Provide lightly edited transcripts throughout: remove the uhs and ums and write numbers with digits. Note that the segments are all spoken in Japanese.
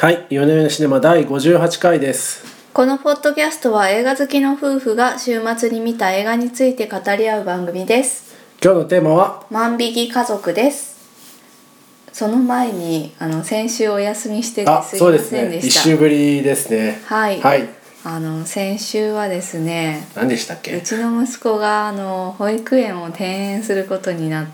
はい、夜の夜のシネマ第58回です。 このポッドキャストは映画好きの夫婦が週末に見た映画について語り合う番組です。 今日のテーマは万引き家族です。その前に先週お休みしててすいませんでした。 そうですね、1週ぶりですね。 はい、 はい、 先週はですね、 何でしたっけ。 うちの息子が保育園を転園することになって、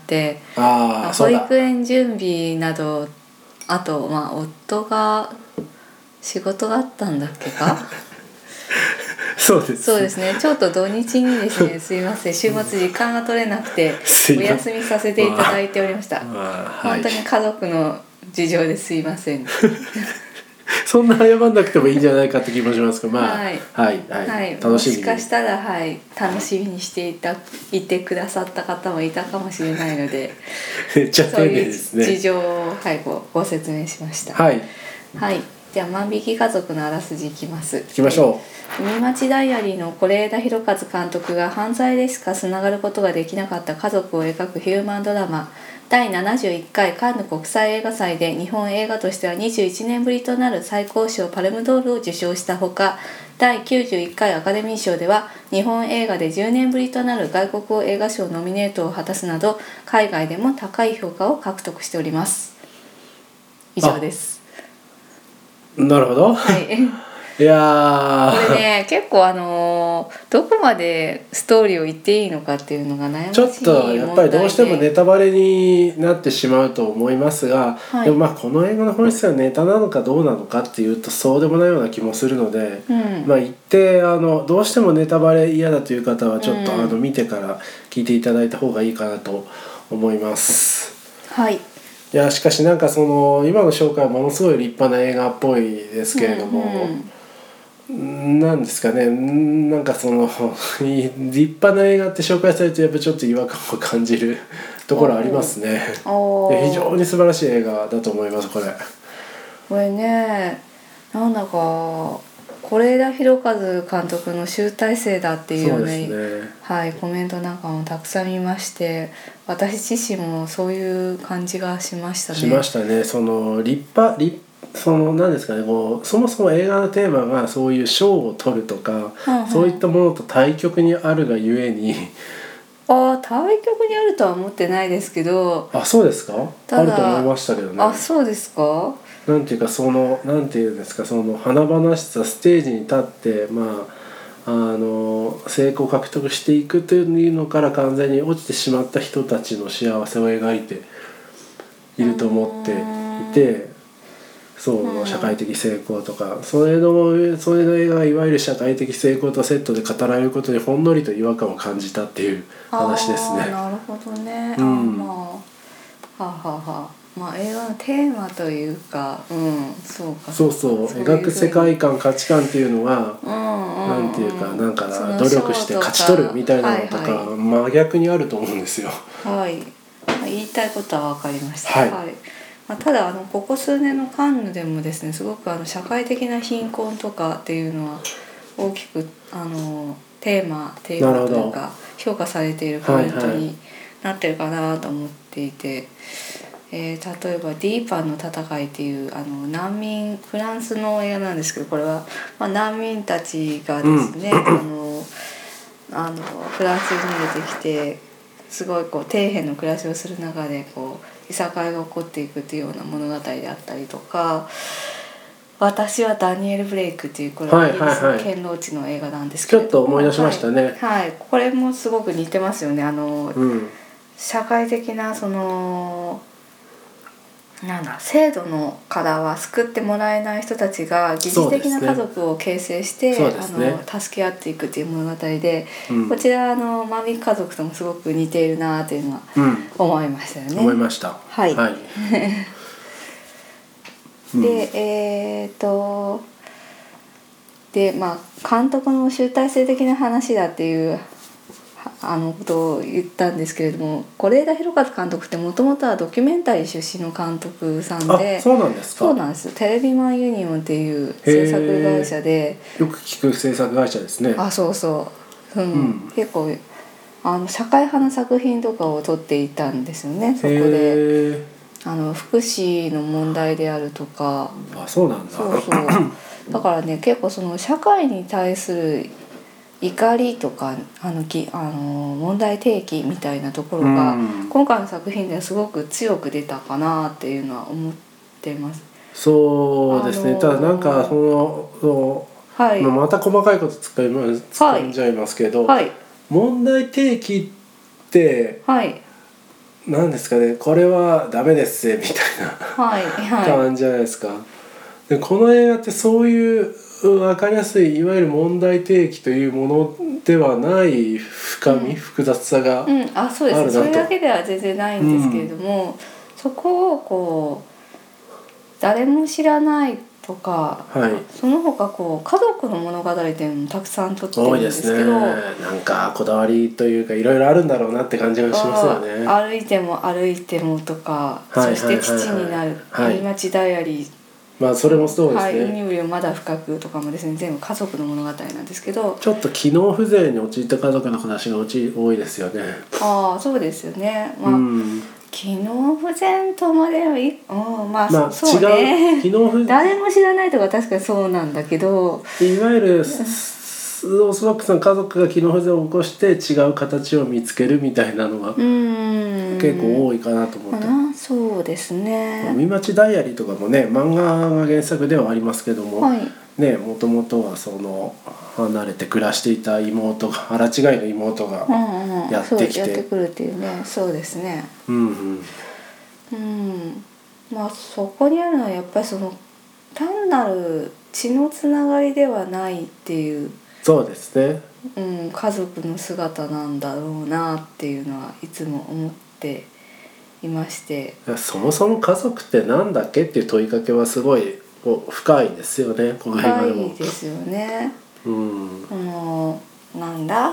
保そうだ、 育園準備など、あと夫が仕事があったんだっけかそうですね、ちょっと土日にですねすいません、週末時間が取れなくてお休みさせていただいておりました。本当に家族の事情ですいませんそんな謝んなくてもいいんじゃないかって気もしますけど、 はい、 楽しみに、 もしかしたら、楽しみにしていてくださった方もいたかもしれないのでめっちゃ丁寧ですね。 そういう事情を、ご説明しました。はい、では万引き家族のあらすじいきます。 いきましょう。海町ダイアリーの是枝裕和監督が犯罪でしかつながることができなかった家族を描くヒューマンドラマ、第71回カンヌ国際映画祭で日本映画としては21年ぶりとなる最高賞パルムドールを受賞したほか、第91回アカデミー賞では日本映画で10年ぶりとなる外国語映画賞ノミネートを果たすなど海外でも高い評価を獲得しております。以上です。 なるほど。いやこれね、結構どこまでストーリーを言っていいのかっていうのが悩ましい問題で、 ちょっとやっぱりどうしてもネタバレになってしまうと思いますが、でもこの映画の本質はネタなのかどうなのかっていうとそうでもないような気もするので、言ってどうしてもネタバレ嫌だという方はちょっと見てから聞いていただいた方がいいかなと思います。いやしかし今の紹介はものすごい立派な映画っぽいですけれども、なんですかね、立派な映画って紹介されてやっぱちょっと違和感を感じるところありますね。非常に素晴らしい映画だと思います。これね、なんだか是枝裕和監督の集大成だっていうような、コメントなんかもたくさん見まして、私自身もそういう感じがしましたね。 何ですかね、そもそも映画のテーマがそういう賞を取るとか、そういったものと対極にあるがゆえに対極にあるとは思ってないですけど。 そうですか。あると思いましたけどね。 そうですか。 なんていうかなんていうんですか、華々しさ、ステージに立って成功を獲得していくというのから完全に落ちてしまった人たちの幸せを描いていると思っていて、社会的成功とかそれの映画がいわゆる社会的成功とセットで語られることにほんのりと違和感を感じたっていう話ですね。 なるほどね。映画のテーマというか、 描く世界観、価値観っていうのがなんていうか、努力して勝ち取るみたいなのとか真逆にあると思うんですよ。 言いたいことは分かりました。ただここ数年のカンヌでもですね、すごく社会的な貧困とかっていうのは大きくテーマというか評価されているポイントになってるかなと思っていて、例えば「ディーパンの戦い」っていうフランスの映画なんですけど、これは難民たちがですね、フランスに出てきてすごい底辺の暮らしをする中でいさかいが起こっていくというような物語であったりとか、私はダニエル・ブレイクっていう、これはイギリスの堅牢地の映画なんですけど、 ちょっと思い出しましたね。 これもすごく似てますよね。社会的な制度のからは救ってもらえない人たちが疑似的な家族を形成して、助け合っていくっていう物語で、こちら万引き家族ともすごく似ているなというのは思いましたよね。 思いました。 で監督の集大成的な話だっていうことを言ったんですけれども、是枝裕和監督ってもともとはドキュメンタリー出身の監督さんで。 そうなんですか。 そうなんです。テレビマンユニオンっていう制作会社で、 よく聞く制作会社ですね。 結構社会派の作品とかを撮っていたんですよね。そこで福祉の問題であるとか。 あ、そうなんだ。 そうそうだからね、結構その社会に対する怒りとか問題提起みたいなところが、今回の作品ではすごく強く出たかなっていうのは思ってます。 そうですね、ただなんかはい、また細かいこと使んじゃいますけど、はい、問題提起って、はい、なんですかね、これはダメですみたいな感じじゃないですか。でこの映画ってそういう分かりやすいいわゆる問題提起というものではない深み、複雑さがあるなと。 そうですね、それだけでは全然ないんですけれども、そこをこう誰も知らないとか、はい、その他こう家族の物語っていうのもたくさん撮ってるんですけど、 多いですね。なんかこだわりというかいろいろあるんだろうなって感じがしますよね。 歩いても歩いてもとか、そして父になる、海町ダイアリー、 まあそれもそうですね。 海よりまだ深くとかもですね、全部家族の物語なんですけど、 ちょっと機能不全に陥った家族の話が多いですよね。 ああ、そうですよね。まあ、機能不全とまではいい、まあそうね。機能不全誰も知らないとか確かにそうなんだけど、 いわゆるオーソドックスな家族が機能不全を起こして違う形を見つけるみたいなのが結構多いかなと思って。 そうですね。 海町ダイアリーとかもね、漫画が原作ではありますけども、はい、ね、もともとはその離れて暮らしていた妹が、腹違いの妹がやってきて、 やってくるっていうね。そうですね。まあそこにあるのはやっぱりその単なる血のつながりではないっていう。 そうですね。 家族の姿なんだろうなっていうのはいつも思っていまして。 そもそも家族ってなんだっけっていう問いかけはすごい深いですよね、この映画でも。 深いですよね。なんだ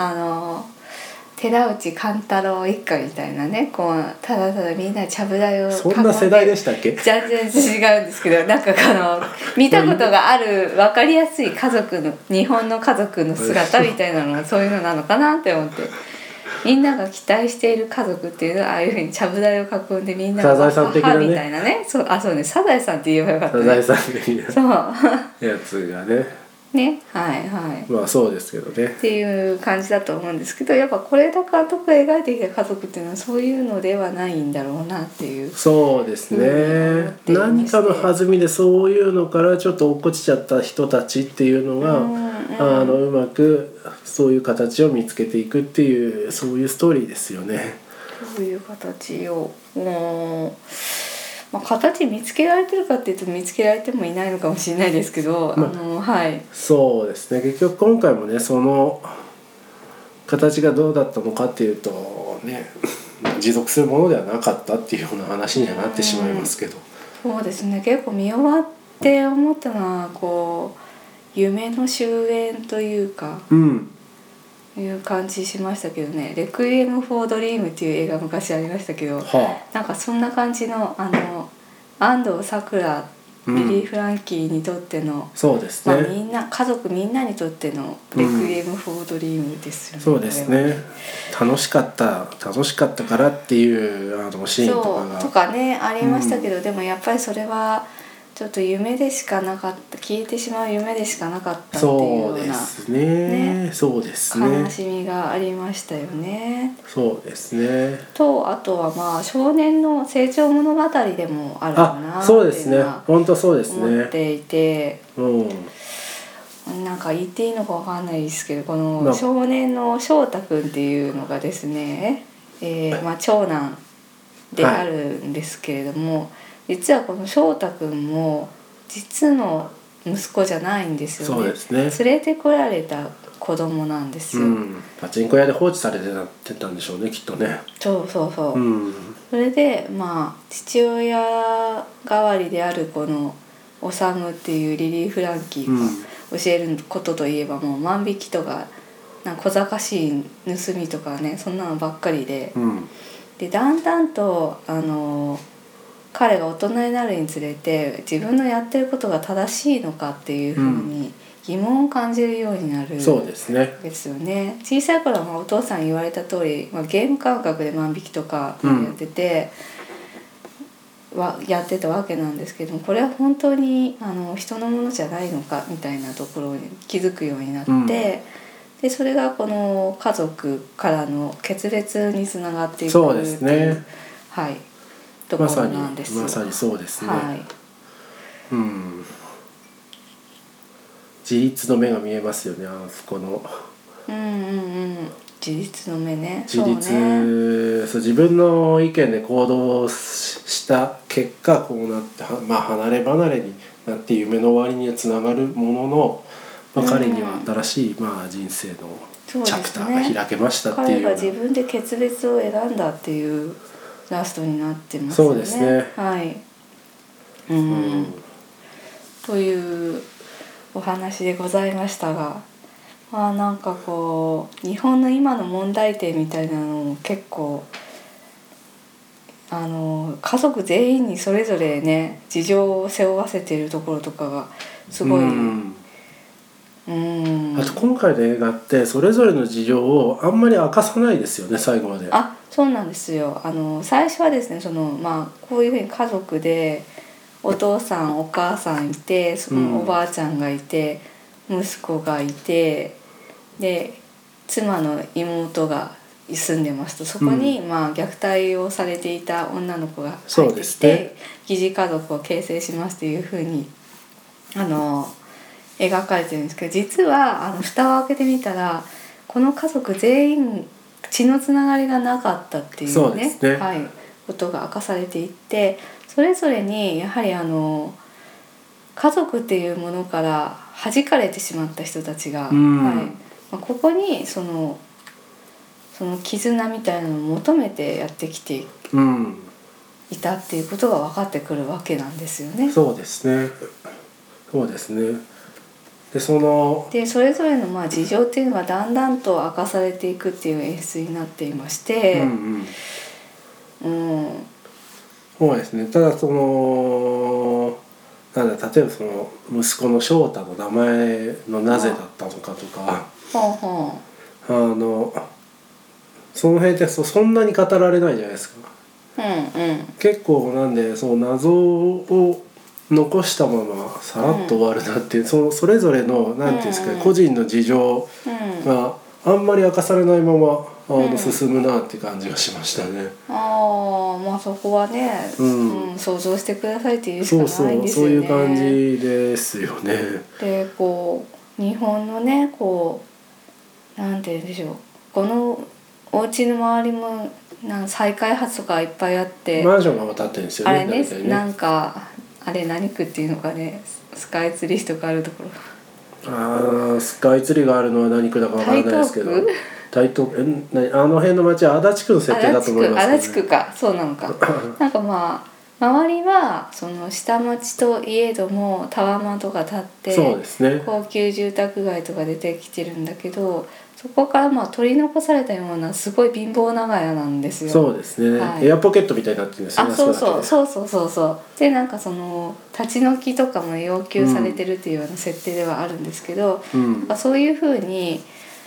寺内貫太郎一家みたいなね、こうただただみんなちゃぶ台を囲んで、 そんな世代でしたっけ？ 全然違うんですけど、なんか見たことがある分かりやすい家族の、日本の家族の姿みたいなのがそういうのなのかなって思って、みんなが期待している家族っていうのはああいうふうにちゃぶ台を囲んでみんながサザエさん的なね、 みたいなね、そうね、サザエさんって言えばよかったね。 サザエさん的なそうやつがね。 ね、はいはい。 まあそうですけどね。 っていう感じだと思うんですけど、やっぱ是枝監督が描いてきた家族っていうのはそういうのではないんだろうなっていう。 そうですね。何かの弾みでそういうのからちょっと落っこちちゃった人たちっていうのが、うまくそういう形を見つけていくっていう、そういうストーリーですよね。 そういう形を形見つけられてるかっていうと見つけられてもいないのかもしれないですけど、はい。 そうですね。結局今回もね、その形がどうだったのかっていうとね、持続するものではなかったっていうような話にはなってしまいますけど。 そうですね。結構見終わって思ったのはこう夢の終焉というか。いう感じしましたけどね。レクイエム・フォー・ドリームっていう映画昔ありましたけど、なんかそんな感じの安藤サクラ、リリー・フランキーにとっての、 そうですね。 みんな家族みんなにとってのレクイエム・フォー・ドリームですよね。 そうですね。楽しかったからっていうシーンとかがとかねありましたけど、でもやっぱりそれはちょっと夢でしかなかった、消えてしまう夢でしかなかったっていうようなそうですね、 悲しみがありましたよね。 そうですね。 とあとはまあ少年の成長物語でもあるかなっていうのは本当そうですね。 思っていて、なんか言っていいのかわかんないですけど、この少年の翔太くんっていうのがですね、長男であるんですけれども、実はこの翔太くんも実の息子じゃないんですよね。そうですね。連れてこられた子供なんですよ。 パチンコ屋で放置されてたんでしょうね、きっとね。 そう、それでまあ父親代わりであるこのオサムっていうリリー・フランキーが教えることといえば、もう万引きとか小賢しい盗みとかね、そんなのばっかりで、でだんだんと彼が大人になるにつれて自分のやってることが正しいのかっていうふうに疑問を感じるようになるんですよね。小さい頃はお父さんに言われた通り、ゲーム感覚で万引きとかやってて、 やってたわけなんですけども、これは本当に人のものじゃないのかみたいなところに気づくようになって、でそれがこの家族からの決別につながっていくそうですね、 はい、ところなんですよ。 まさにそうですね、 はい、 自立の目が見えますよね、あそこの。 自立の目ね。 自立、そう、自分の意見で行動した結果こうなって、離れ離れになって夢の終わりにはつながるものの、彼には新しい、人生のチャプターが開けましたっていうような、 彼が自分で決別を選んだっていうラストになってますよね。 そうですね、 はい、というお話でございましたが、なんかこう日本の今の問題点みたいなのも結構家族全員にそれぞれね事情を背負わせているところとかがすごい、 あと今回の映画ってそれぞれの事情をあんまり明かさないですよね、最後まで。 そうなんですよ。最初はですね、こういうふうに家族でお父さんお母さんいて、そのおばあちゃんがいて、息子がいて、で妻の妹が住んでますと、そこに虐待をされていた女の子が入ってきて、疑似家族を形成しますというふうに描かれてるんですけど、実は蓋を開けてみたらこの家族全員血のつながりがなかったっていうね、はい、ことが明かされていって、それぞれにやはり家族っていうものから弾かれてしまった人たちが、ここにその絆みたいなのを求めてやってきていたっていうことが分かってくるわけなんですよね。 そうですね。でそれぞれの事情っていうのがだんだんと明かされていくっていう演出になっていまして、 そうですね。ただ例えばその息子の翔太の名前のなぜだったのかとか、その辺ってそんなに語られないじゃないですか。結構なんでその謎を残したままさらっと終わるなっていう、それぞれのなんていうんですか、個人の事情があんまり明かされないまま進むなっていう感じがしましたね。 そこはね、想像してくださいっていうしかないんですよね。 そういう感じですよね。 で日本のねなんて言うんでしょう、このお家の周りも再開発とかいっぱいあって、 マンションが建ってるんですよね。 あれ何区っていうのかね、スカイツリーとかあるところ。 スカイツリーがあるのは何区だかわからないですけど、台東あの辺の町は足立区の設定だと思いますけどね。 足立区か、そうなのか。周りはその下町といえどもタワマンとか建って、 そうですね、 高級住宅街とか出てきてるんだけど、そこから取り残されたようなすごい貧乏長屋なんですよ。 そうですね、エアポケットみたいになってるんですよね。 そうでその立ち退きとかも要求されてるっていうような設定ではあるんですけど、そういうふうに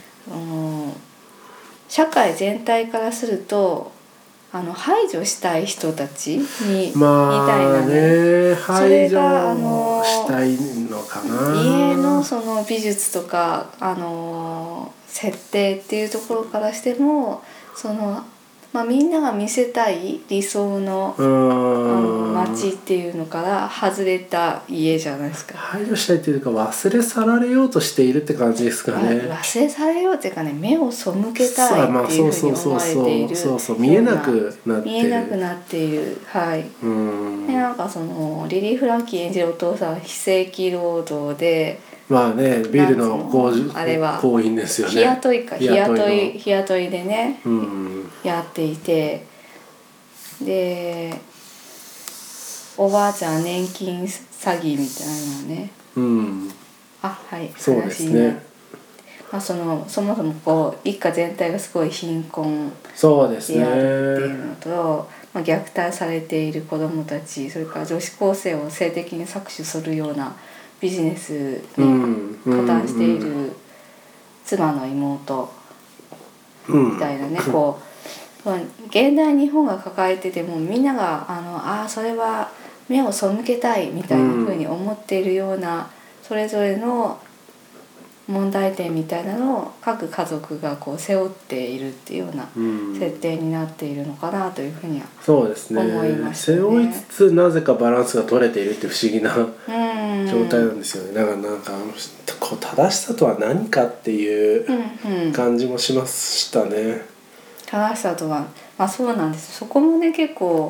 社会全体からすると排除したい人たちみたいなね、 排除したいのかな。 家のその美術とか設定っていうところからしてもみんなが見せたい理想の街っていうのから外れた家じゃないですか。 排除したいっていうか忘れ去られようとしているって感じですかね。 忘れ去られようっていうかね、目を背けたいっていうふうに思われている、 見えなくなっている、はい。でそのリリー・フランキー演じるお父さんは非正規労働で、 ビルの工員ですよね。 日雇いでね、やっていて、でおばあちゃん年金詐欺みたいなのね、 そうですね。 そもそも一家全体がすごい貧困でそうですねあるっていうのと、虐待されている子どもたち、それから女子高生を性的に搾取するようなビジネスに加担している妻の妹みたいなね、 現代日本が抱えててもみんながそれは目を背けたいみたいな風に思っているような、それぞれの問題点みたいなのを各家族がこう背負っているっていうような設定になっているのかなというふうには思いましたね。 背負いつつなぜかバランスが取れているって不思議な状態なんですよね。だからなんかこう正しさとは何かっていう感じもしましたね。 正しさとは、そうなんです。そこもね結構、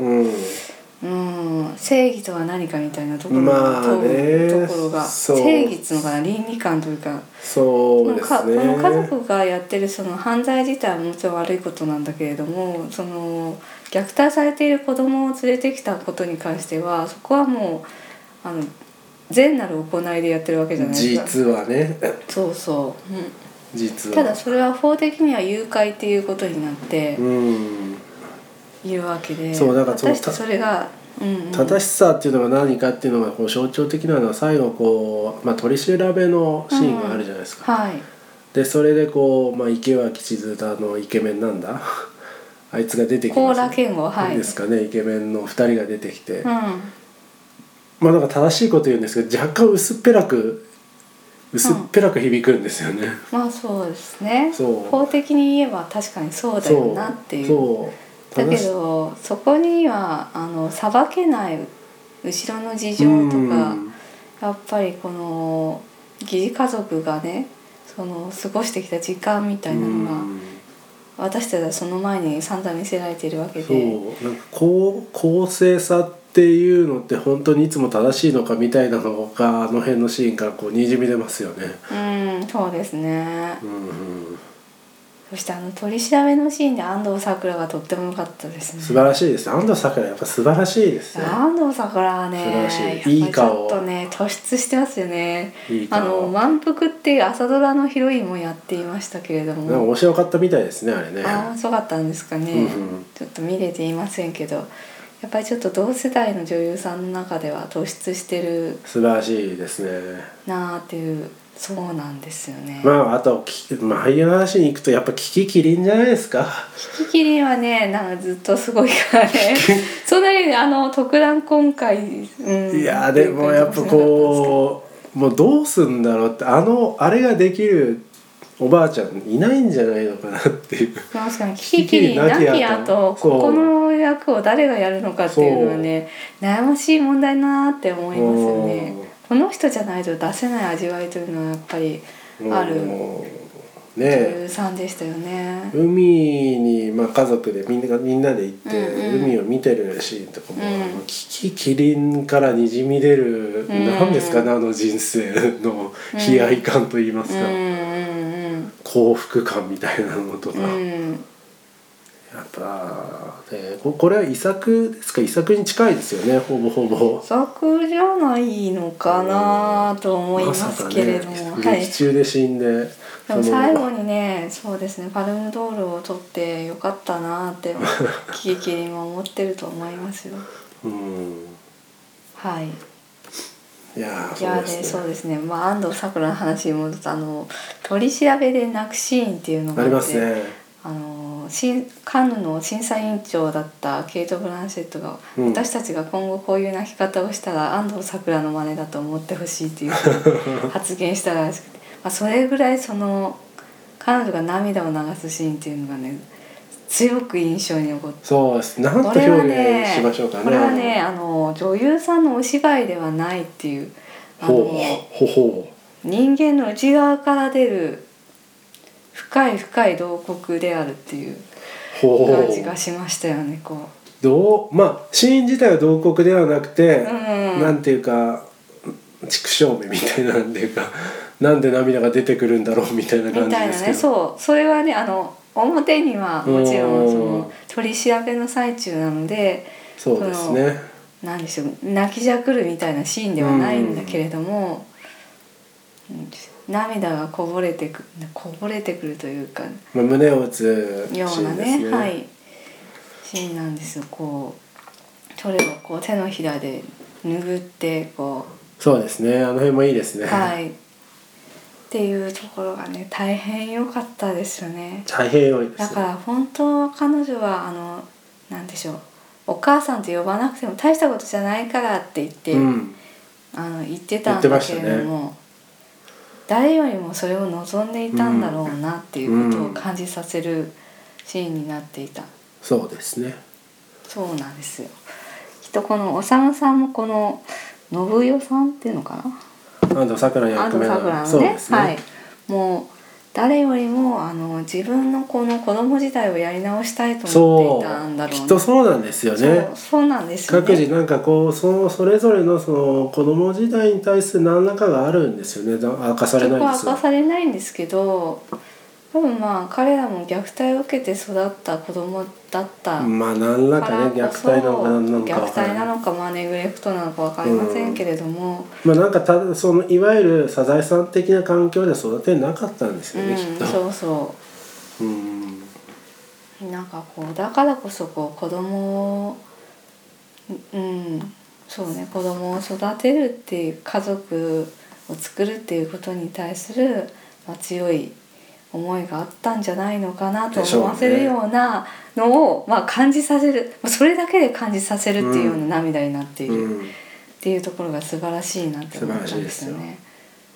正義とは何かみたいなところところが、正義っていうのかな、倫理観というか、 そうですね、 この家族がやってるその犯罪自体はもちろん悪いことなんだけれども、その虐待されている子供を連れてきたことに関してはそこはもう善なる行いでやってるわけじゃないですか。 実はね。 そうそう、 実はただそれは法的には誘拐っていうことになっているわけで、果たしてそれが正しさっていうのが何かっていうのがこう象徴的なのは最後こう、取り調べのシーンがあるじゃないですか。でそれでこう、池脇千鶴のイケメンなんだあいつが出てきます、 高良健吾ですかね、イケメンの2人が出てきて、なんか正しいこと言うんですけど若干薄っぺらく響くんですよね。 そうですね。法的に言えば確かにそうだよなっていう。だけどそこには裁けない後ろの事情とか、やっぱりこの疑似家族がねその過ごしてきた時間みたいなのが、私たちはその前に散々見せられているわけで、 なんか公正さっていうのって本当にいつも正しいのかみたいなのがの辺のシーンからこうにじみ出ますよね。 そうですね。そして取り調べのシーンで安藤サクラがとっても良かったですね。 素晴らしいです。安藤サクラやっぱ素晴らしいですね。 安藤サクラはね、いい顔、ちょっとね突出してますよね。満腹っていう朝ドラのヒロインもやっていましたけれども、 面白かったみたいですねあれね。 面白かったんですかね。ちょっと見れていませんけど、やっぱりちょっと同世代の女優さんの中では突出してる素晴らしいですねなあっていう。そうなんですよね。 あと俳優の話に行くとやっぱキキキリンじゃないですか。 キキキリンはねなんかずっとすごいからねそんなに特段今回、 いやでもやっぱこうもうどうすんだろうってあれができるおばあちゃんいないんじゃないのかなっていう。 確かにキキキリン亡き後ここの役を誰がやるのかっていうのはね悩ましい問題だなって思いますよね。この人じゃないと出せない味わいというのはやっぱりある女優さんでしたよね。 海に、家族でみんなで行って、海を見てるシーンとかも、キキキリンからにじみ出る、何ですかね人生の悲哀感といいますか、幸福感みたいなのとか、やっぱこれは遺作ですか。遺作に近いですよねほぼほぼ。 遺作じゃないのかなと思いますけれども、 劇中で死んで、 でも最後にねそうですねパルムドールを取ってよかったなってキキキリンも思ってると思いますよ。はい。 いやそうですね。安藤サクラの話に戻ると取り調べで泣くシーンっていうのがあって、 ありますね。 カンヌの審査委員長だったケイト・ブランシェットが、私たちが今後こういう泣き方をしたら安藤サクラの真似だと思ってほしいっていう発言したらしくて、それぐらいその彼女が涙を流すシーンっていうのがね強く印象に残って、 そうです。なんと表現しましょうかね。 これはね女優さんのお芝居ではないっていう人間の内側から出る深い深い洞窟であるっていう感じがしましたよね。 シーン自体は洞窟ではなくて、なんていうか畜生目みたいなんていうかなんで涙が出てくるんだろうみたいな感じですけど、 それはね表にはもちろんその取り調べの最中なので、 そうですね、 なんでしょう泣きじゃくるみたいなシーンではないんだけれども、涙がこぼれてくるというか、 胸を打つシーンですね。 ようなね、シーンなんですよ。それを手のひらで拭ってそうですね。あの辺もいいですね。 っていうところがね大変良かったですよね。 大変良いです。 だから本当は彼女はなんでしょう、お母さんと呼ばなくても大したことじゃないからって言って、言ってたんだけれども、誰よりもそれを望んでいたんだろうなっていうことを感じさせるシーンになっていた。 そうですね。 そうなんですよ。きっとこのおさむさんもこの信代さんっていうのかな、 安藤サクラの役目のね、 そうですね、 はい、もう誰よりも自分のこの子供時代をやり直したいと思っていたんだろうな。 きっとそうなんですよね。 そうなんですよね。 各自なんかこうそれぞれのその子供時代に対する何らかがあるんですよね。明かされないんですよ。 明かされないんですけど、多分彼らも虐待を受けて育った子供だった何らかね、虐待なのか何なのか分からない。 虐待なのかネグレクトなのか分かりませんけれども、 なんかそのいわゆるサザエさん的な環境で育てなかったんですよね、きっと。 そうなんかこうだからこそこう子供をそうね、子供を育てるっていう家族を作るっていうことに対する、強い思いがあったんじゃないのかなと思わせるようなのを、感じさせる、それだけで感じさせるっていうような涙になっているっていうところが素晴らしいなって思ったんですよね。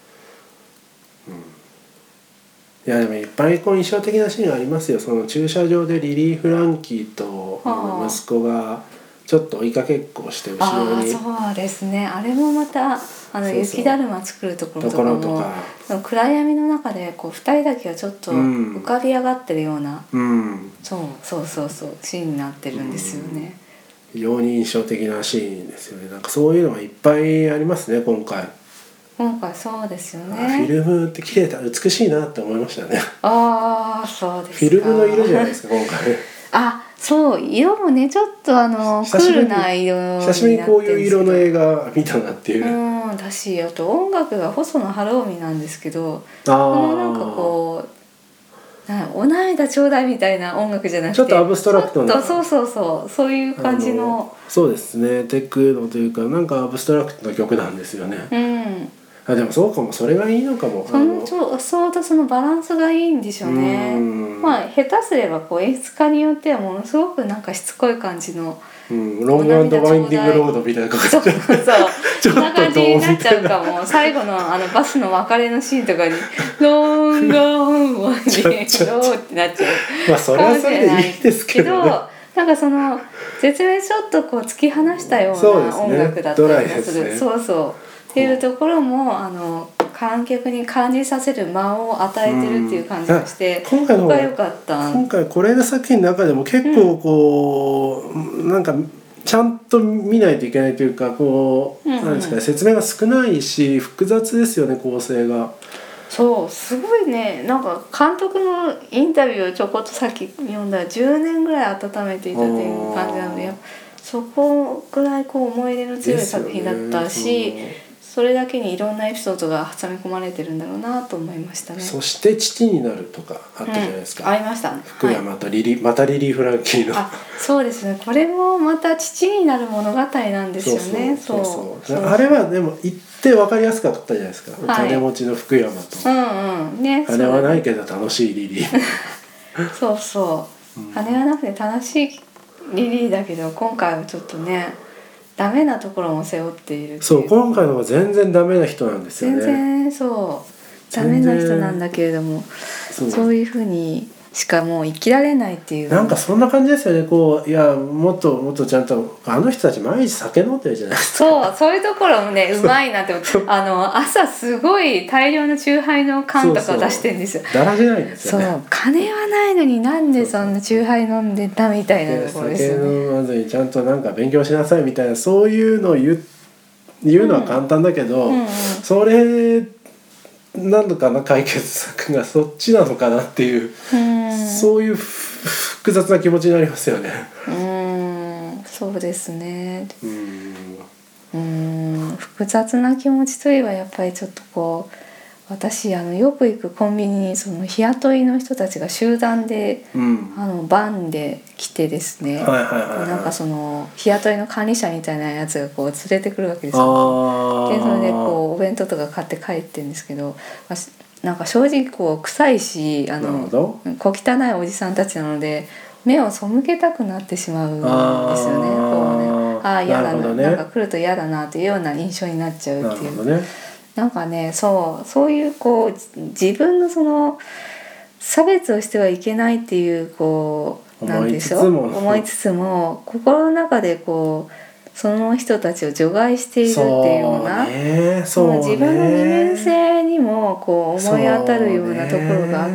いやでもいっぱい印象的なシーンがありますよ。その駐車場でリリー・フランキーと息子がちょっと追いかけっこをして後ろに。 そうですね。あれもまた雪だるま作るところとかも暗闇の中でこう2人だけがちょっと浮かび上がってるような、そうシーンになってるんですよね。 非常に印象的なシーンですよね。なんかそういうのがいっぱいありますね、今回そうですよね。 フィルムって綺麗だ、美しいなって思いましたね。 そうですか。 フィルムの色じゃないですか今回。 そう、色もねちょっとクールな色になってるんですけど、 久しぶりにこういう色の映画見たなっていう。 だし、あと音楽が細野晴臣なんですけど、このなんかこうお涙ちょうだいみたいな音楽じゃなくて、 ちょっとアブストラクトな、 そういう感じの、 そうですね、テクノというかなんかアブストラクトな曲なんですよね。でもそうかも、それがいいのかも。 そのバランスがいいんでしょうね。下手すればこう演出家によってはものすごくなんかしつこい感じの、 ロング&ワインディングロードみたいな感じ、 そんな感じになっちゃうかも。最後のバスの別れのシーンとかにロング&ワインディングロードってなっちゃう。 それはそれでいいですけどね。 なんかその絶妙ちょっとこう突き放したような音楽だったりもする。っていうところも観客に感じさせる間を与えてるっていう感じがして、 今回の良かった。 今回是枝作品の中でも結構こう、なんかちゃんと見ないといけないというか、こう、なんですかね、説明が少ないし複雑ですよね、構成が。 そうすごいね。なんか監督のインタビューをちょこっとさっき読んだら10年ぐらい温めていたっていう感じなので、そこぐらいこう思い入れの強い作品だったし、それだけにいろんなエピソードが挟み込まれてるんだろうなと思いましたね。そして父になるとかあったじゃないですか。 ありましたね。 福山とまたリリー・フランキーの。 そうですね。これもまた父になる物語なんですよね。 あれはでも言って分かりやすかったじゃないですか。お金持ちの福山と。あれはないけど楽しいリリー。 あれはなくて楽しいリリーだけど、今回はちょっとね。ダメなところも背負っている。 今回の方が全然ダメな人なんですよね。 全然ダメな人なんだけれども、そういうふうにしかもう生きられないっていう、 なんかそんな感じですよね。こういやもっとちゃんとあの人たち毎日酒飲んでるじゃないですか。 そういうところもねうまいなって思って、朝すごい大量の酎ハイの缶とか出してるんですよ。 だらしないんですよね。 金はないのになんでそんな酎ハイ飲んでたみたいなところですよね。 酒飲まずにちゃんとなんか勉強しなさいみたいな、そういうのを言うのは簡単だけど、それ何度かの解決策がそっちなのかなっていう、そういう複雑な気持ちになりますよね。 そうですね。複雑な気持ちといえばやっぱりちょっとこう私よく行くコンビニにその日雇いの人たちが集団で、バンで来てですね、なんかその日雇いの管理者みたいなやつがこう連れてくるわけですよ。でそれでこうお弁当とか買って帰ってるんですけど、なんか正直こう臭いし小汚いおじさんたちなので目を背けたくなってしまうんですよね。こうね、嫌だな、なんか来ると嫌だなというような印象になっちゃうっていう。なんかね、そういうこう自分のその差別をしてはいけないっていうこうなんでしょう、思いつつも心の中でこうその人たちを除外しているっていうような、自分の二面性にもこう思い当たるようなところがあって、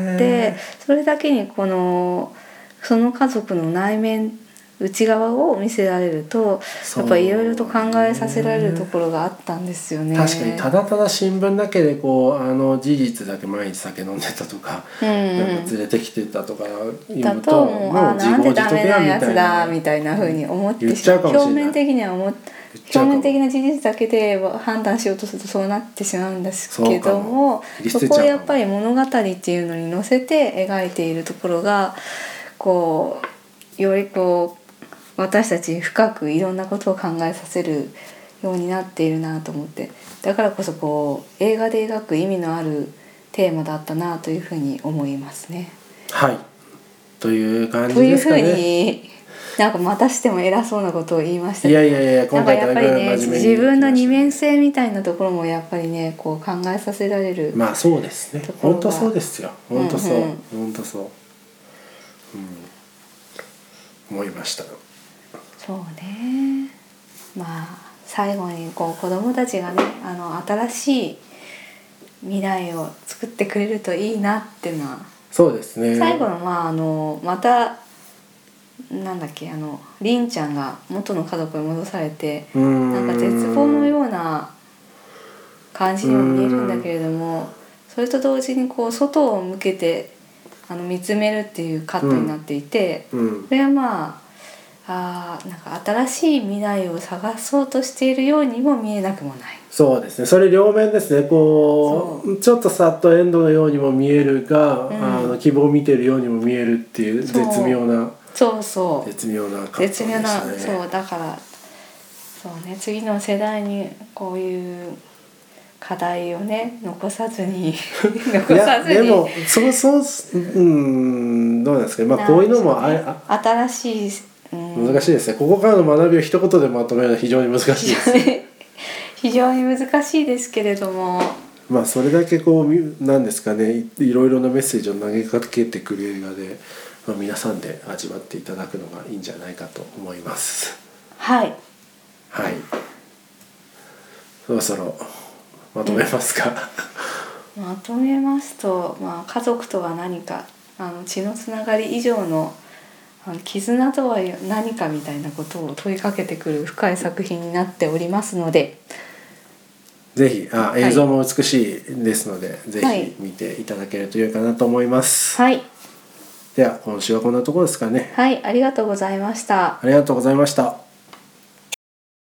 それだけにその家族の内面内側を見せられるとやっぱりいろいろと考えさせられるところがあったんですよね。 確かにただただ新聞だけでこう事実だけ毎日酒飲んでたとか、なんか連れてきてたとか言うともうなんでダメなやつだみたいな風に思ってしまう。表面的な事実だけで判断しようとするとそうなってしまうんですけども、そこをやっぱり物語っていうのに乗せて描いているところがこうよりこう私たち深くいろんなことを考えさせるようになっているなと思って、だからこそこう映画で描く意味のあるテーマだったなというふうに思いますね。 はい、という感じですかね。 というふうになんかまたしても偉そうなことを言いましたけど、いや今回やっぱりね自分の二面性みたいなところもやっぱりねこう考えさせられる。 まあそうですね。本当そうですよ。本当そう、本当そう、思いました。 そうね。まあ最後にこう子どもたちがね新しい未来を作ってくれるといいなっていうのは。 そうですね。 最後のまたなんだっけりんちゃんが元の家族に戻されてなんか絶望のような感じにも見えるんだけれども、それと同時にこう外を向けて見つめるっていうカットになっていて、それはまあなんか新しい未来を探そうとしているようにも見えなくもない。 そうですね。それ両面ですね。こうちょっとサッとエンドのようにも見えるが、希望を見てるようにも見えるっていう絶妙な絶妙なカットでしたね。 そうだからそうね、次の世代にこういう課題をね残さずにでもどうなんですか。まあこういうのも新しい、 難しいですね。ここからの学びを一言でまとめるのは非常に難しいです非常に難しいですけれども、 まあそれだけこうなんですかね、いろいろなメッセージを投げかけてくる映画で、皆さんで味わっていただくのがいいんじゃないかと思います。 はいはい、そろそろまとめますか、 まとめますと、家族とは何か、血のつながり以上の絆とは何かみたいなことを問いかけてくる深い作品になっておりますので、 ぜひ映像も美しいですので、ぜひ見ていただけると良いかなと思います。 はい。 では今週はこんなところですかね。 はい、ありがとうございました。 ありがとうございました。